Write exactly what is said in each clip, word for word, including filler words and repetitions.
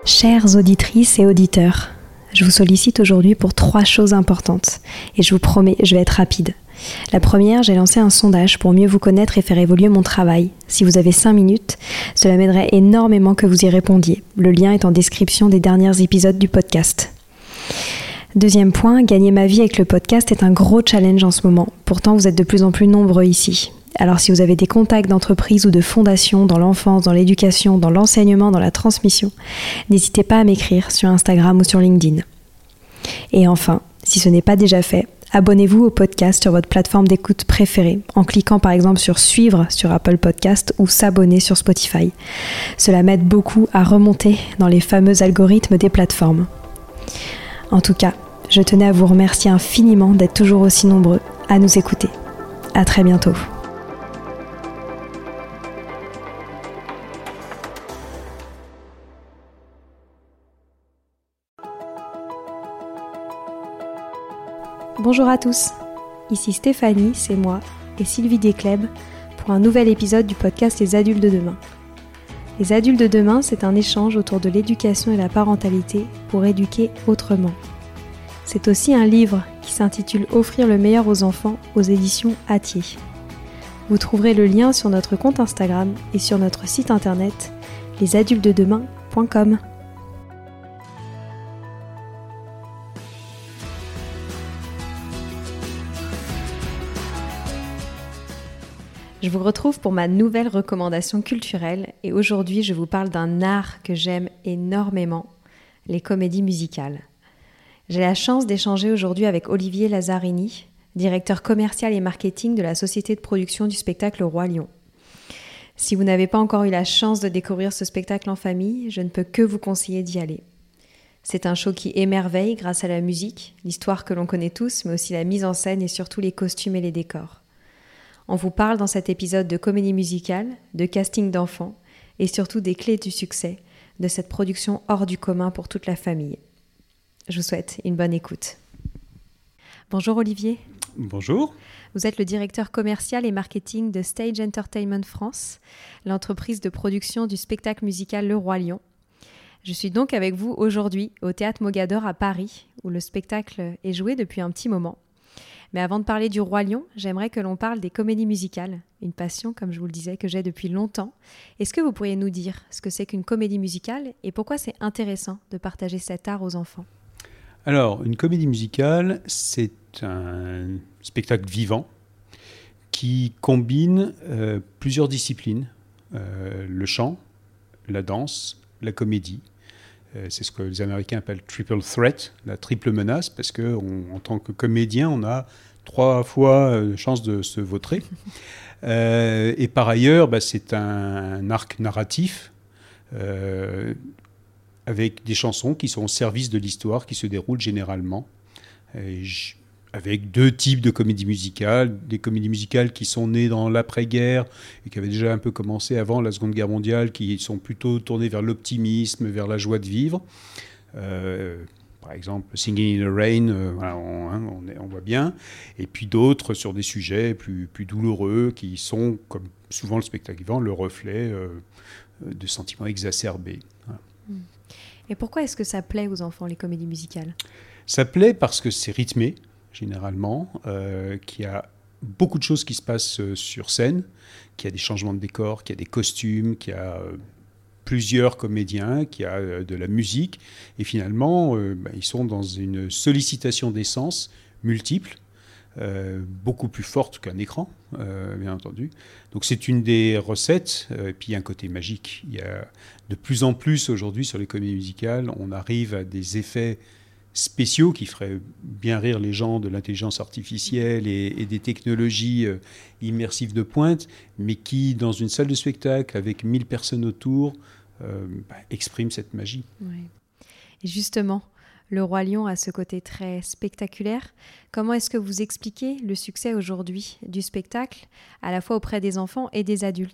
Chères auditrices et auditeurs, je vous sollicite aujourd'hui pour trois choses importantes et je vous promets, je vais être rapide. La première, j'ai lancé un sondage pour mieux vous connaître et faire évoluer mon travail. Si vous avez cinq minutes, cela m'aiderait énormément que vous y répondiez. Le lien est en description des derniers épisodes du podcast. Deuxième point, gagner ma vie avec le podcast est un gros challenge en ce moment. Pourtant, vous êtes de plus en plus nombreux ici. Alors si vous avez des contacts d'entreprises ou de fondations dans l'enfance, dans l'éducation, dans l'enseignement, dans la transmission, n'hésitez pas à m'écrire sur Instagram ou sur LinkedIn. Et enfin, si ce n'est pas déjà fait, abonnez-vous au podcast sur votre plateforme d'écoute préférée en cliquant par exemple sur suivre sur Apple Podcast ou s'abonner sur Spotify. Cela m'aide beaucoup à remonter dans les fameux algorithmes des plateformes. En tout cas, je tenais à vous remercier infiniment d'être toujours aussi nombreux à nous écouter. À très bientôt. Bonjour à tous, ici Stéphanie, c'est moi, et Sylvie Descleb pour un nouvel épisode du podcast Les Adultes de Demain. Les Adultes de Demain, c'est un échange autour de l'éducation et la parentalité pour éduquer autrement. C'est aussi un livre qui s'intitule Offrir le meilleur aux enfants aux éditions Hatier. Vous trouverez le lien sur notre compte Instagram et sur notre site internet les adultes de demain point com. Je vous retrouve pour ma nouvelle recommandation culturelle et aujourd'hui je vous parle d'un art que j'aime énormément, les comédies musicales. J'ai la chance d'échanger aujourd'hui avec Olivier Lazzarini, directeur commercial et marketing de la société de production du spectacle Roi Lion. Si vous n'avez pas encore eu la chance de découvrir ce spectacle en famille, je ne peux que vous conseiller d'y aller. C'est un show qui émerveille grâce à la musique, l'histoire que l'on connaît tous, mais aussi la mise en scène et surtout les costumes et les décors. On vous parle dans cet épisode de comédie musicale, de casting d'enfants et surtout des clés du succès de cette production hors du commun pour toute la famille. Je vous souhaite une bonne écoute. Bonjour Olivier. Bonjour. Vous êtes le directeur commercial et marketing de Stage Entertainment France, l'entreprise de production du spectacle musical Le Roi Lion. Je suis donc avec vous aujourd'hui au Théâtre Mogador à Paris, où le spectacle est joué depuis un petit moment. Mais avant de parler du Roi Lion, j'aimerais que l'on parle des comédies musicales, une passion, comme je vous le disais, que j'ai depuis longtemps. Est-ce que vous pourriez nous dire ce que c'est qu'une comédie musicale et pourquoi c'est intéressant de partager cet art aux enfants ? Alors, une comédie musicale, c'est un spectacle vivant qui combine euh, plusieurs disciplines, euh, le chant, la danse, la comédie. C'est ce que les Américains appellent triple threat, la triple menace, parce qu'en tant que comédien, on a trois fois euh, chance de se vautrer. Euh, et par ailleurs, bah, c'est un, un arc narratif euh, avec des chansons qui sont au service de l'histoire, qui se déroulent généralement. Et j- avec deux types de comédies musicales, des comédies musicales qui sont nées dans l'après-guerre et qui avaient déjà un peu commencé avant la Seconde Guerre mondiale, qui sont plutôt tournées vers l'optimisme, vers la joie de vivre. Euh, par exemple, Singing in the Rain, euh, voilà, on, hein, on, est, on voit bien. Et puis d'autres sur des sujets plus, plus douloureux qui sont, comme souvent le spectacle vivant, le reflet euh, de sentiments exacerbés. Voilà. Et pourquoi est-ce que ça plaît aux enfants, les comédies musicales ? Ça plaît parce que c'est rythmé, généralement, euh, qu'il y a beaucoup de choses qui se passent euh, sur scène, qu'il y a des changements de décor, qu'il y a des costumes, qu'il y a euh, plusieurs comédiens, qu'il y a euh, de la musique. Et finalement, euh, bah, ils sont dans une sollicitation des sens multiples, euh, beaucoup plus forte qu'un écran, euh, bien entendu. Donc c'est une des recettes. Euh, et puis il y a un côté magique. Il y a de plus en plus aujourd'hui sur les comédies musicales, on arrive à des effets spéciaux qui feraient bien rire les gens de l'intelligence artificielle et, et des technologies euh, immersives de pointe, mais qui, dans une salle de spectacle avec mille personnes autour, euh, bah, expriment cette magie. Oui. Et justement, le Roi Lion a ce côté très spectaculaire. Comment est-ce que vous expliquez le succès aujourd'hui du spectacle, à la fois auprès des enfants et des adultes ?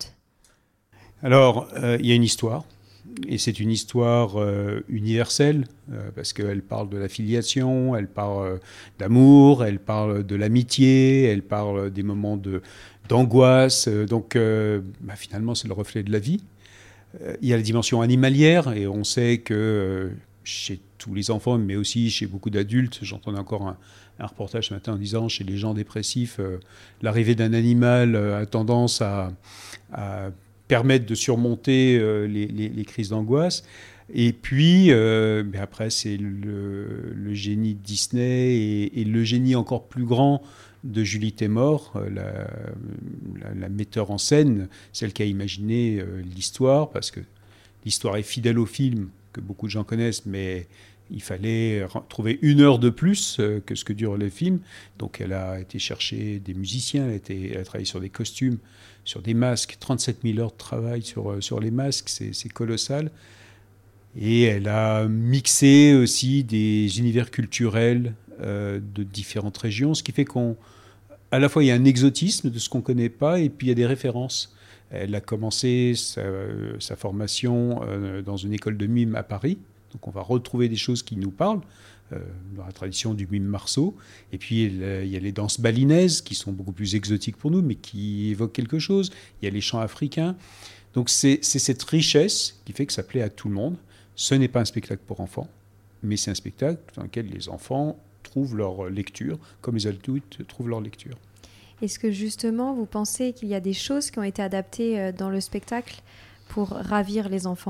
Alors, euh, il y a une histoire. Et c'est une histoire euh, universelle, euh, parce qu'elle parle de la filiation, elle parle euh, d'amour, elle parle de l'amitié, elle parle des moments de, d'angoisse. Euh, donc, euh, bah, finalement, c'est le reflet de la vie. Euh, il y a la dimension animalière, et on sait que euh, chez tous les enfants, mais aussi chez beaucoup d'adultes, j'entendais encore un, un reportage ce matin en disant chez les gens dépressifs, euh, l'arrivée d'un animal euh, a tendance à, à permettre de surmonter euh, les, les, les crises d'angoisse. Et puis, euh, ben après, c'est le, le génie de Disney et, et le génie encore plus grand de Julie Taymor, la, la, la metteur en scène, celle qui a imaginé euh, l'histoire, parce que l'histoire est fidèle au film, que beaucoup de gens connaissent, mais il fallait trouver une heure de plus euh, que ce que dure le film. Donc elle a été chercher des musiciens, elle a, été, elle a travaillé sur des costumes, sur des masques, trente-sept mille heures de travail sur, sur les masques, c'est, c'est colossal. Et elle a mixé aussi des univers culturels euh, de différentes régions, ce qui fait qu'on, à la fois il y a un exotisme de ce qu'on ne connaît pas, et puis il y a des références. Elle a commencé sa, sa formation euh, dans une école de mime à Paris, donc on va retrouver des choses qui nous parlent, euh, dans la tradition du mime Marceau. Et puis il y a les danses balinaises, qui sont beaucoup plus exotiques pour nous, mais qui évoquent quelque chose. Il y a les chants africains. Donc c'est, c'est cette richesse qui fait que ça plaît à tout le monde. Ce n'est pas un spectacle pour enfants, mais c'est un spectacle dans lequel les enfants trouvent leur lecture, comme les adultes trouvent leur lecture. Est-ce que justement, vous pensez qu'il y a des choses qui ont été adaptées dans le spectacle pour ravir les enfants ?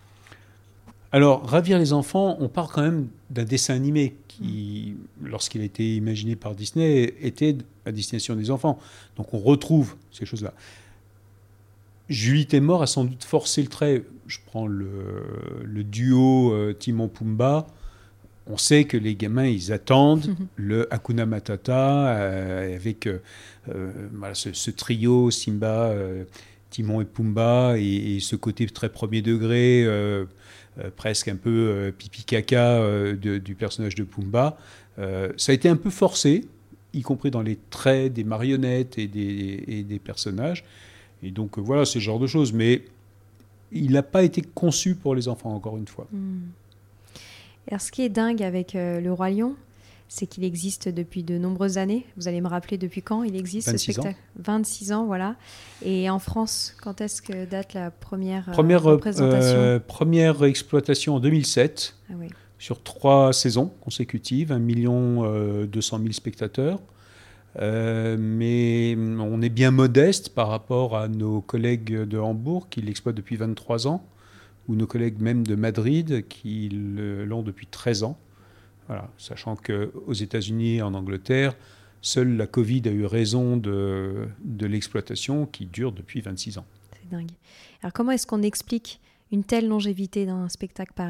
Alors, ravir les enfants, on part quand même d'un dessin animé qui, lorsqu'il a été imaginé par Disney, était à destination des enfants. Donc on retrouve ces choses-là. Julie Taymor a sans doute forcé le trait. Je prends le, le duo euh, Timon-Pumba. On sait que les gamins, ils attendent mmh. le Hakuna Matata euh, avec euh, voilà, ce, ce trio Simba, euh, Timon et Pumba, et, et ce côté très premier degré, euh, euh, presque un peu euh, pipi-caca euh, de, du personnage de Pumba. Euh, ça a été un peu forcé, y compris dans les traits des marionnettes et des, et des personnages. Et donc euh, voilà, c'est ce genre de choses. Mais il n'a pas été conçu pour les enfants, encore une fois. Mmh. Alors, ce qui est dingue avec euh, Le Roi Lion, c'est qu'il existe depuis de nombreuses années. Vous allez me rappeler depuis quand il existe ce spectacle ? vingt-six ans, voilà. Et en France, quand est-ce que date la première, première euh, représentation euh, Première exploitation en deux mille sept, ah oui. sur trois saisons consécutives, un million deux cent mille spectateurs. Euh, mais on est bien modeste par rapport à nos collègues de Hambourg qui l'exploitent depuis vingt-trois ans, ou nos collègues même de Madrid qui l'ont depuis treize ans. Voilà, sachant qu'aux États-Unis et en Angleterre, seule la Covid a eu raison de, de l'exploitation qui dure depuis vingt-six ans. C'est dingue. Alors comment est-ce qu'on explique une telle longévité d'un spectacle pareil ?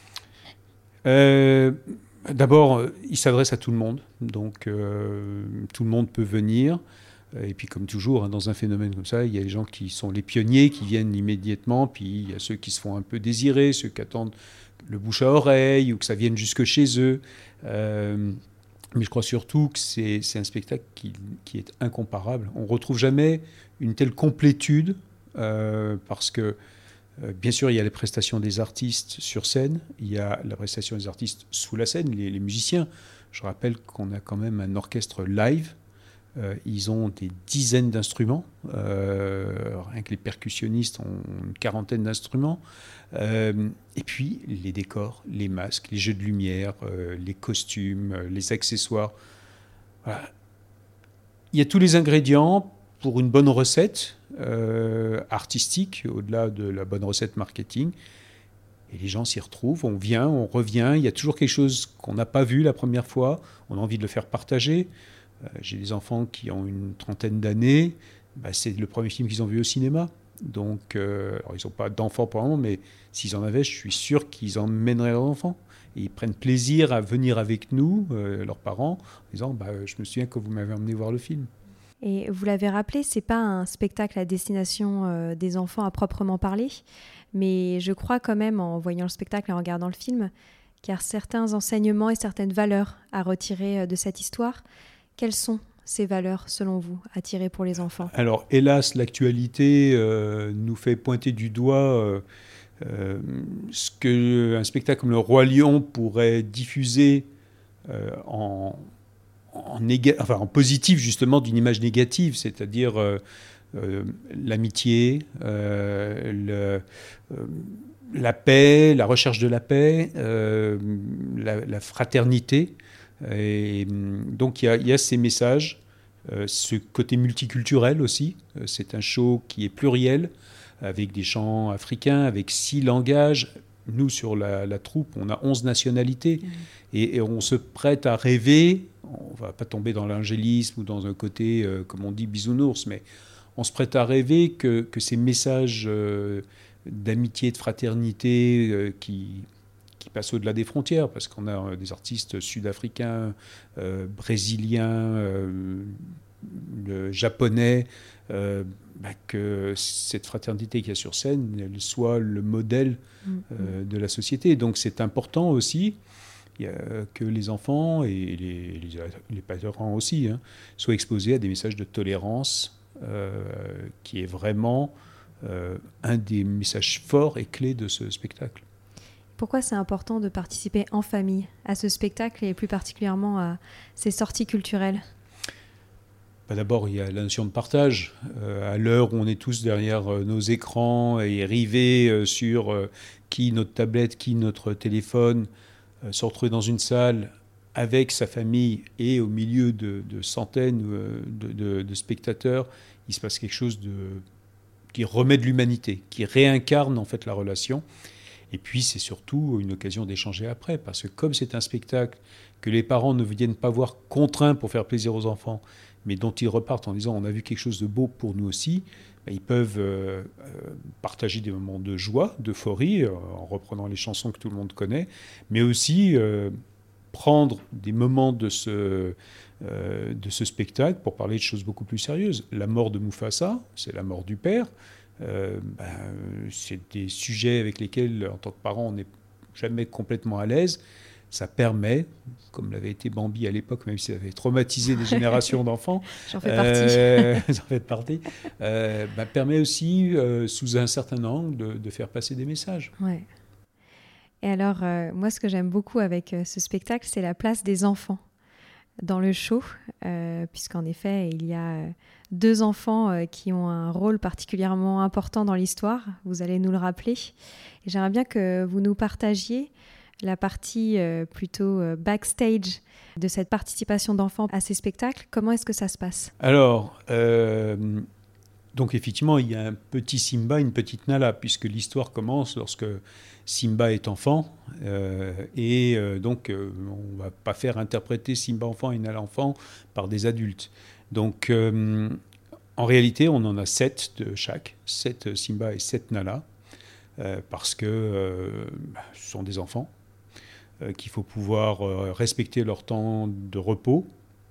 euh, D'abord, il s'adresse à tout le monde, donc euh, tout le monde peut venir. Et puis comme toujours, hein, dans un phénomène comme ça, il y a les gens qui sont les pionniers, qui viennent immédiatement, puis il y a ceux qui se font un peu désirer, ceux qui attendent le bouche à oreille ou que ça vienne jusque chez eux. Euh, mais je crois surtout que c'est, c'est un spectacle qui, qui est incomparable. On ne retrouve jamais une telle complétude euh, parce que, euh, bien sûr, il y a les prestations des artistes sur scène, il y a la prestation des artistes sous la scène, les, les musiciens. Je rappelle qu'on a quand même un orchestre live. Euh, ils ont des dizaines d'instruments, euh, rien que les percussionnistes ont une quarantaine d'instruments, euh, et puis les décors, les masques, les jeux de lumière, euh, les costumes, euh, les accessoires. Voilà. Il y a tous les ingrédients pour une bonne recette euh, artistique, au-delà de la bonne recette marketing, et les gens s'y retrouvent, on vient, on revient, il y a toujours quelque chose qu'on n'a pas vu la première fois, on a envie de le faire partager. J'ai des enfants qui ont une trentaine d'années, bah c'est le premier film qu'ils ont vu au cinéma. Donc, euh, alors ils n'ont pas d'enfants pour le moment, mais s'ils en avaient, je suis sûr qu'ils emmèneraient leurs enfants. Et ils prennent plaisir à venir avec nous, euh, leurs parents, en disant bah, « je me souviens que vous m'avez emmené voir le film ». Et vous l'avez rappelé, ce n'est pas un spectacle à destination euh, des enfants à proprement parler, mais je crois quand même, en voyant le spectacle et en regardant le film, qu'il y a certains enseignements et certaines valeurs à retirer euh, de cette histoire. Quelles sont ces valeurs, selon vous, à tirer pour les enfants ? Alors, hélas, l'actualité euh, nous fait pointer du doigt euh, euh, ce qu'un spectacle comme Le Roi Lion pourrait diffuser euh, en, en, néga- enfin, en positif, justement, d'une image négative, c'est-à-dire euh, euh, l'amitié, euh, le, euh, la paix, la recherche de la paix, euh, la, la fraternité. Et donc il y a, il y a ces messages, euh, ce côté multiculturel aussi. Euh, c'est un show qui est pluriel, avec des chants africains, avec six langages. Nous, sur la, la troupe, on a onze nationalités. Mmh. Et, et on se prête à rêver. On ne va pas tomber dans l'angélisme ou dans un côté, euh, comme on dit, bisounours, mais on se prête à rêver que, que ces messages euh, d'amitié, de fraternité euh, qui, qui passent au-delà des frontières, parce qu'on a euh, des artistes sud-africains, euh, brésiliens, euh, le japonais, euh, bah, que cette fraternité qu'il y a sur scène, elle soit le modèle euh, de la société. Donc c'est important aussi il y a, que les enfants et les, les, les parents aussi hein, soient exposés à des messages de tolérance, euh, qui est vraiment euh, un des messages forts et clés de ce spectacle. Pourquoi c'est important de participer en famille à ce spectacle et plus particulièrement à ces sorties culturelles ? Bah d'abord, il y a la notion de partage. Euh, à l'heure où on est tous derrière euh, nos écrans et rivés euh, sur euh, qui notre tablette, qui notre téléphone, euh, se retrouver dans une salle avec sa famille et au milieu de, de centaines euh, de, de, de spectateurs, il se passe quelque chose de, qui remet de l'humanité, qui réincarne en fait la relation. Et puis c'est surtout une occasion d'échanger après, parce que comme c'est un spectacle que les parents ne viennent pas voir contraints pour faire plaisir aux enfants, mais dont ils repartent en disant on a vu quelque chose de beau pour nous aussi, ben, ils peuvent euh, partager des moments de joie, d'euphorie, euh, en reprenant les chansons que tout le monde connaît, mais aussi euh, prendre des moments de ce, euh, de ce spectacle pour parler de choses beaucoup plus sérieuses. La mort de Mufasa, c'est la mort du père. Euh, ben, c'est des sujets avec lesquels, en tant que parent, on n'est jamais complètement à l'aise. Ça permet, comme l'avait été Bambi à l'époque, même si ça avait traumatisé des générations d'enfants, j'en fais partie, euh, j'en fais partie euh, bah, permet aussi, euh, sous un certain angle, de, de faire passer des messages. Ouais. Et alors, euh, moi, ce que j'aime beaucoup avec euh, ce spectacle, c'est la place des enfants dans le show, euh, puisqu'en effet, il y a euh, deux enfants euh, qui ont un rôle particulièrement important dans l'histoire. Vous allez nous le rappeler. Et j'aimerais bien que vous nous partagiez la partie euh, plutôt euh, backstage de cette participation d'enfants à ces spectacles. Comment est-ce que ça se passe ? Alors, euh, donc effectivement, il y a un petit Simba, une petite Nala, puisque l'histoire commence lorsque Simba est enfant, euh, et euh, donc euh, on ne va pas faire interpréter Simba enfant et Nala enfant par des adultes. Donc, euh, en réalité, on en a sept de chaque, sept Simba et sept Nala, euh, parce que euh, ce sont des enfants. Qu'il faut pouvoir respecter leur temps de repos,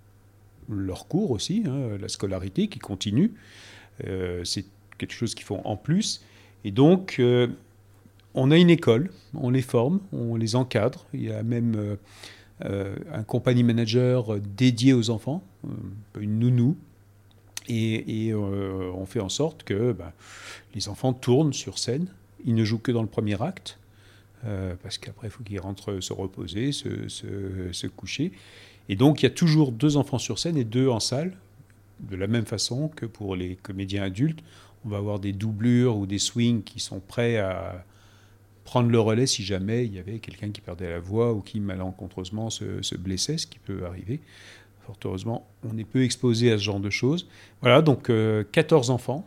leur cours aussi, hein, la scolarité qui continue. Euh, c'est quelque chose qu'ils font en plus. Et donc, euh, on a une école, on les forme, on les encadre. Il y a même euh, euh, un company manager dédié aux enfants, euh, une nounou. Et, et euh, on fait en sorte que bah, les enfants tournent sur scène. Ils ne jouent que dans le premier acte. Euh, parce qu'après, il faut qu'ils rentrent se reposer, se, se, se coucher. Et donc, il y a toujours deux enfants sur scène et deux en salle, de la même façon que pour les comédiens adultes. On va avoir des doublures ou des swings qui sont prêts à prendre le relais si jamais il y avait quelqu'un qui perdait la voix ou qui, malencontreusement, se, se blessait, ce qui peut arriver. Fort heureusement, on est peu exposé à ce genre de choses. Voilà, donc euh, quatorze enfants.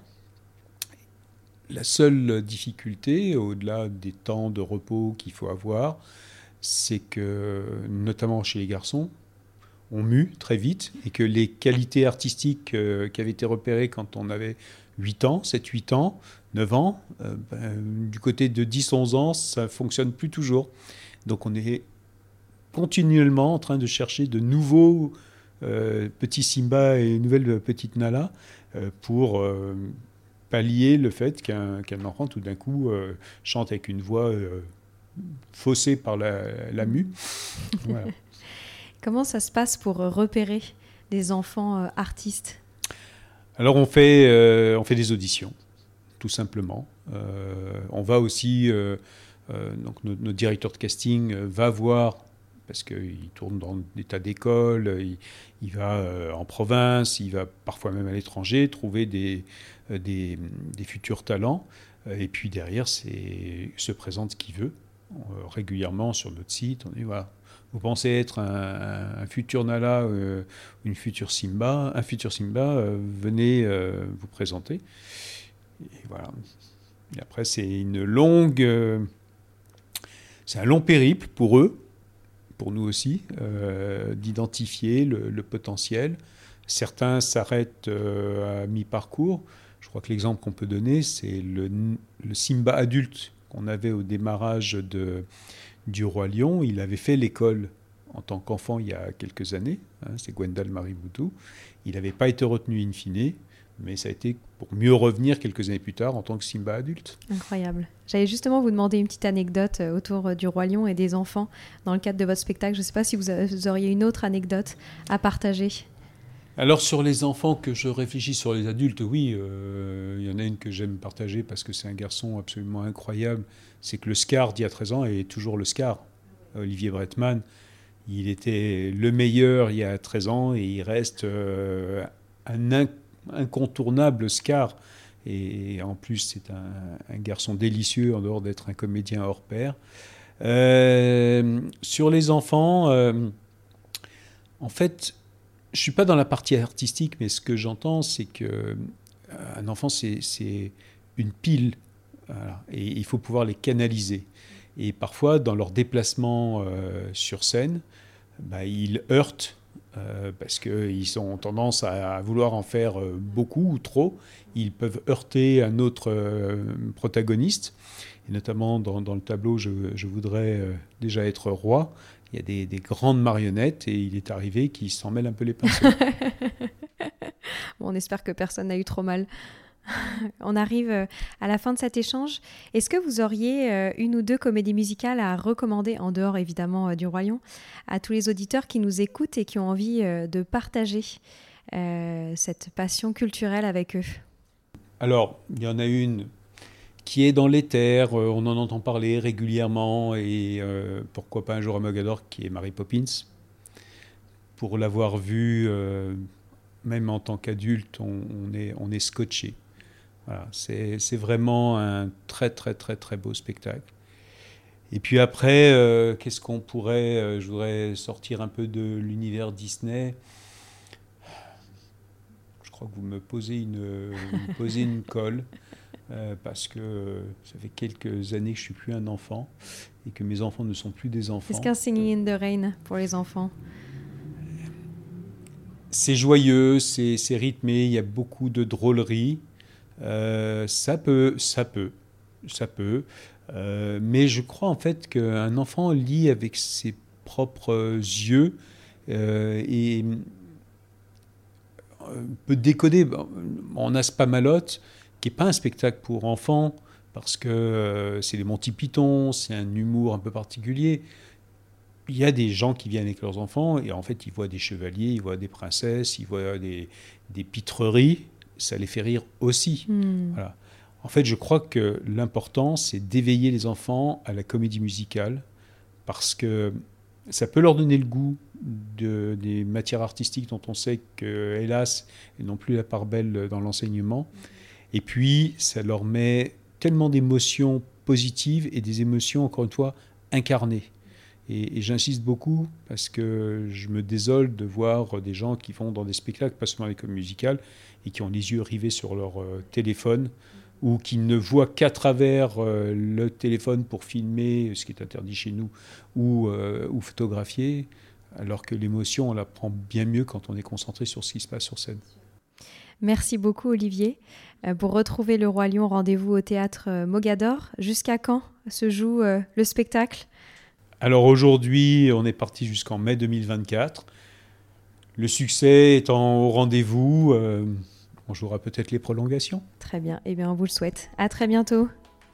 La seule difficulté, au-delà des temps de repos qu'il faut avoir, c'est que, notamment chez les garçons, on mue très vite et que les qualités artistiques euh, qui avaient été repérées quand on avait huit ans, sept huit ans, neuf ans, euh, ben, du côté de dix onze ans, ça ne fonctionne plus toujours. Donc on est continuellement en train de chercher de nouveaux euh, petits Simba et nouvelles petites Nala euh, pour... Euh, pallier le fait qu'un, qu'un enfant, tout d'un coup, euh, chante avec une voix euh, faussée par la, la mue. Voilà. Comment ça se passe pour repérer des enfants euh, artistes ? Alors, on fait, euh, on fait des auditions, tout simplement. Euh, on va aussi... Euh, euh, donc, notre, notre directeur de casting va voir, parce qu'il tourne dans des tas d'écoles, il, il va euh, en province, il va parfois même à l'étranger, trouver des... euh, des, des futurs talents. Et puis derrière, c'est, se présente qui veut. Euh, régulièrement sur notre site, on dit voilà, vous pensez être un, un futur Nala, euh, une future Simba, un futur Simba, euh, venez euh, vous présenter. Et voilà. Et après, c'est une longue, euh, c'est un long périple pour eux, pour nous aussi, euh, d'identifier le, le potentiel. Certains s'arrêtent euh, à mi-parcours. Je crois que l'exemple qu'on peut donner, c'est le, le Simba adulte qu'on avait au démarrage de, du Roi Lion. Il avait fait l'école en tant qu'enfant il y a quelques années. Hein, c'est Gwendal Mariboutou. Il n'avait pas été retenu in fine, mais ça a été pour mieux revenir quelques années plus tard en tant que Simba adulte. Incroyable. J'allais justement vous demander une petite anecdote autour du Roi Lion et des enfants dans le cadre de votre spectacle. Je ne sais pas si vous, a, vous auriez une autre anecdote à partager. Alors sur les enfants, que je réfléchis sur les adultes, oui, euh, il y en a une que j'aime partager parce que c'est un garçon absolument incroyable. C'est que le Scar d'il y a treize ans est toujours le Scar. Olivier Bretman, il était le meilleur il y a treize ans et il reste euh, un inc- incontournable Scar. Et en plus, c'est un, un garçon délicieux en dehors d'être un comédien hors pair. Euh, sur les enfants, euh, en fait... Je ne suis pas dans la partie artistique, mais ce que j'entends, c'est qu'un enfant, c'est, c'est une pile. Voilà, et il faut pouvoir les canaliser. Et parfois, dans leur déplacement euh, sur scène, bah, ils heurtent, euh, parce qu'ils ont tendance à, à vouloir en faire euh, beaucoup ou trop. Ils peuvent heurter un autre euh, protagoniste. Et notamment, dans, dans le tableau, je, je voudrais euh, déjà être roi. Il y a des, des grandes marionnettes et il est arrivé qu'ils s'en mêlent un peu les pinceaux. Bon, on espère que personne n'a eu trop mal. On arrive à la fin de cet échange. Est-ce que vous auriez une ou deux comédies musicales à recommander, en dehors évidemment du Roi Lion, à tous les auditeurs qui nous écoutent et qui ont envie de partager euh, cette passion culturelle avec eux? Alors, il y en a une qui est dans l'éther, euh, on en entend parler régulièrement, et euh, pourquoi pas un jour à Mogador, qui est Mary Poppins. Pour l'avoir vue, euh, même en tant qu'adulte, on, on, est, on est scotché. Voilà, c'est, c'est vraiment un très très très très beau spectacle. Et puis après, euh, qu'est-ce qu'on pourrait... Euh, je voudrais sortir un peu de l'univers Disney. Je crois que vous me posez une, vous me posez une colle. Euh, parce que euh, ça fait quelques années que je ne suis plus un enfant et que mes enfants ne sont plus des enfants. Est-ce qu'un Singing in the Rain pour les enfants? C'est joyeux, c'est, c'est rythmé, il y a beaucoup de drôlerie. Euh, ça peut, ça peut, ça peut. Euh, mais je crois en fait qu'un enfant lit avec ses propres yeux euh, et peut décoder. On a Spamalot, qui n'est pas un spectacle pour enfants, parce que euh, c'est les Monty Python, c'est un humour un peu particulier. Il y a des gens qui viennent avec leurs enfants, et en fait, ils voient des chevaliers, ils voient des princesses, ils voient des, des pitreries, ça les fait rire aussi. Mmh. Voilà. En fait, je crois que l'important, c'est d'éveiller les enfants à la comédie musicale, parce que ça peut leur donner le goût de, des matières artistiques dont on sait que, hélas, elles n'ont plus la part belle dans l'enseignement. Et puis, ça leur met tellement d'émotions positives et des émotions, encore une fois, incarnées. Et, et j'insiste beaucoup parce que je me désole de voir des gens qui vont dans des spectacles, pas seulement avec comédie musicale, et qui ont les yeux rivés sur leur euh, téléphone, ou qui ne voient qu'à travers euh, le téléphone pour filmer, ce qui est interdit chez nous, ou, euh, ou photographier, alors que l'émotion, on la prend bien mieux quand on est concentré sur ce qui se passe sur scène. Merci beaucoup Olivier. Euh, pour retrouver le Roi Lion, rendez-vous au théâtre euh, Mogador. Jusqu'à quand se joue euh, le spectacle ? Alors aujourd'hui, on est parti jusqu'en mai deux mille vingt-quatre. Le succès étant au rendez-vous, euh, on jouera peut-être les prolongations. Très bien, eh bien on vous le souhaite. À très bientôt.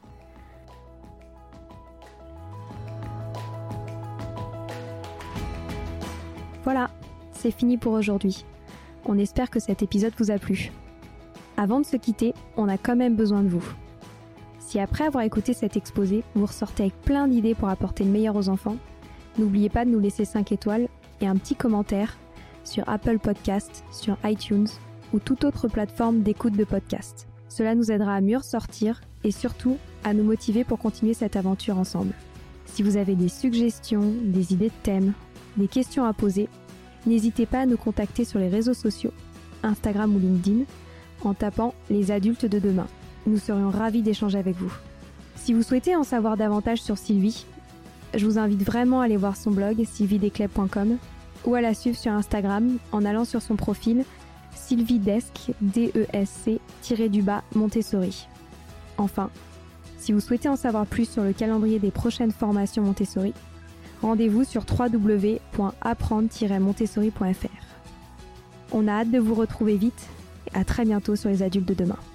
Voilà, c'est fini pour aujourd'hui. On espère que cet épisode vous a plu. Avant de se quitter, on a quand même besoin de vous. Si après avoir écouté cet exposé, vous ressortez avec plein d'idées pour apporter le meilleur aux enfants, n'oubliez pas de nous laisser cinq étoiles et un petit commentaire sur Apple Podcasts, sur iTunes ou toute autre plateforme d'écoute de podcast. Cela nous aidera à mieux ressortir et surtout à nous motiver pour continuer cette aventure ensemble. Si vous avez des suggestions, des idées de thèmes, des questions à poser, n'hésitez pas à nous contacter sur les réseaux sociaux, Instagram ou LinkedIn, en tapant « Les adultes de demain ». Nous serions ravis d'échanger avec vous. Si vous souhaitez en savoir davantage sur Sylvie, je vous invite vraiment à aller voir son blog sylvie descleb point com ou à la suivre sur Instagram en allant sur son profil sylviedesc, D E S C, tiré du bas, Montessori. Enfin, si vous souhaitez en savoir plus sur le calendrier des prochaines formations Montessori, rendez-vous sur w w w point apprendre tiret montessori point f r. On a hâte de vous retrouver vite et à très bientôt sur les adultes de demain.